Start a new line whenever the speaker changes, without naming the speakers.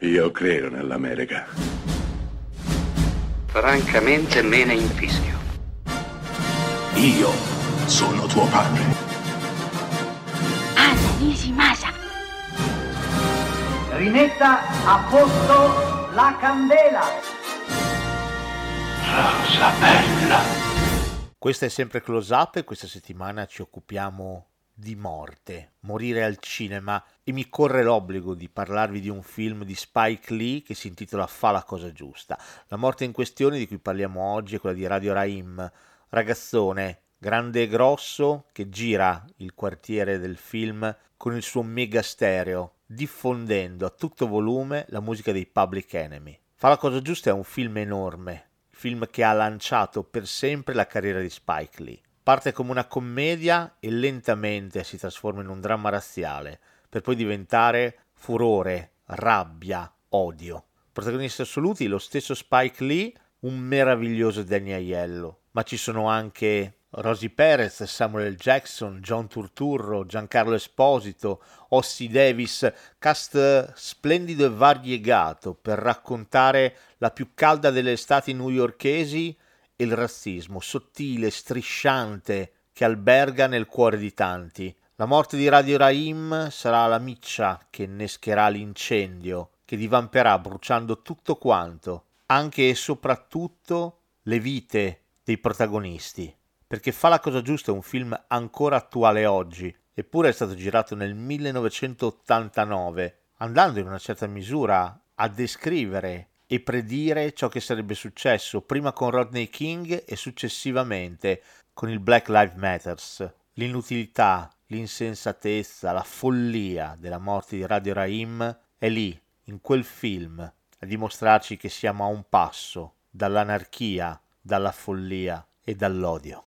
Io credo nell'America.
Francamente me ne infischio.
Io sono tuo padre.
Anna Nishimasa.
Rimetta a posto la candela.
Rosa bella.
Questa è sempre Close Up e questa settimana ci occupiamo di morte, morire al cinema, e mi corre l'obbligo di parlarvi di un film di Spike Lee che si intitola Fa la cosa giusta. La morte in questione di cui parliamo oggi è quella di Radio Rahim, ragazzone grande e grosso che gira il quartiere del film con il suo mega stereo, diffondendo a tutto volume la musica dei Public Enemy. Fa la cosa giusta è un film enorme, film che ha lanciato per sempre la carriera di Spike Lee. Parte come una commedia e lentamente si trasforma in un dramma razziale, per poi diventare furore, rabbia, odio. Protagonisti assoluti lo stesso Spike Lee, un meraviglioso Danny Aiello, ma ci sono anche Rosie Perez, Samuel L. Jackson, John Turturro, Giancarlo Esposito, Ossie Davis, cast splendido e variegato per raccontare la più calda delle estati newyorkesi e il razzismo sottile, strisciante che alberga nel cuore di tanti. La morte di Radio Rahim sarà la miccia che innescherà l'incendio che divamperà bruciando tutto quanto, anche e soprattutto le vite dei protagonisti. Perché Fa la cosa giusta è un film ancora attuale oggi, eppure è stato girato nel 1989, andando in una certa misura a descrivere e predire ciò che sarebbe successo prima con Rodney King e successivamente con il Black Lives Matter. L'inutilità, l'insensatezza, la follia della morte di Radio Rahim è lì, in quel film, a dimostrarci che siamo a un passo dall'anarchia, dalla follia e dall'odio.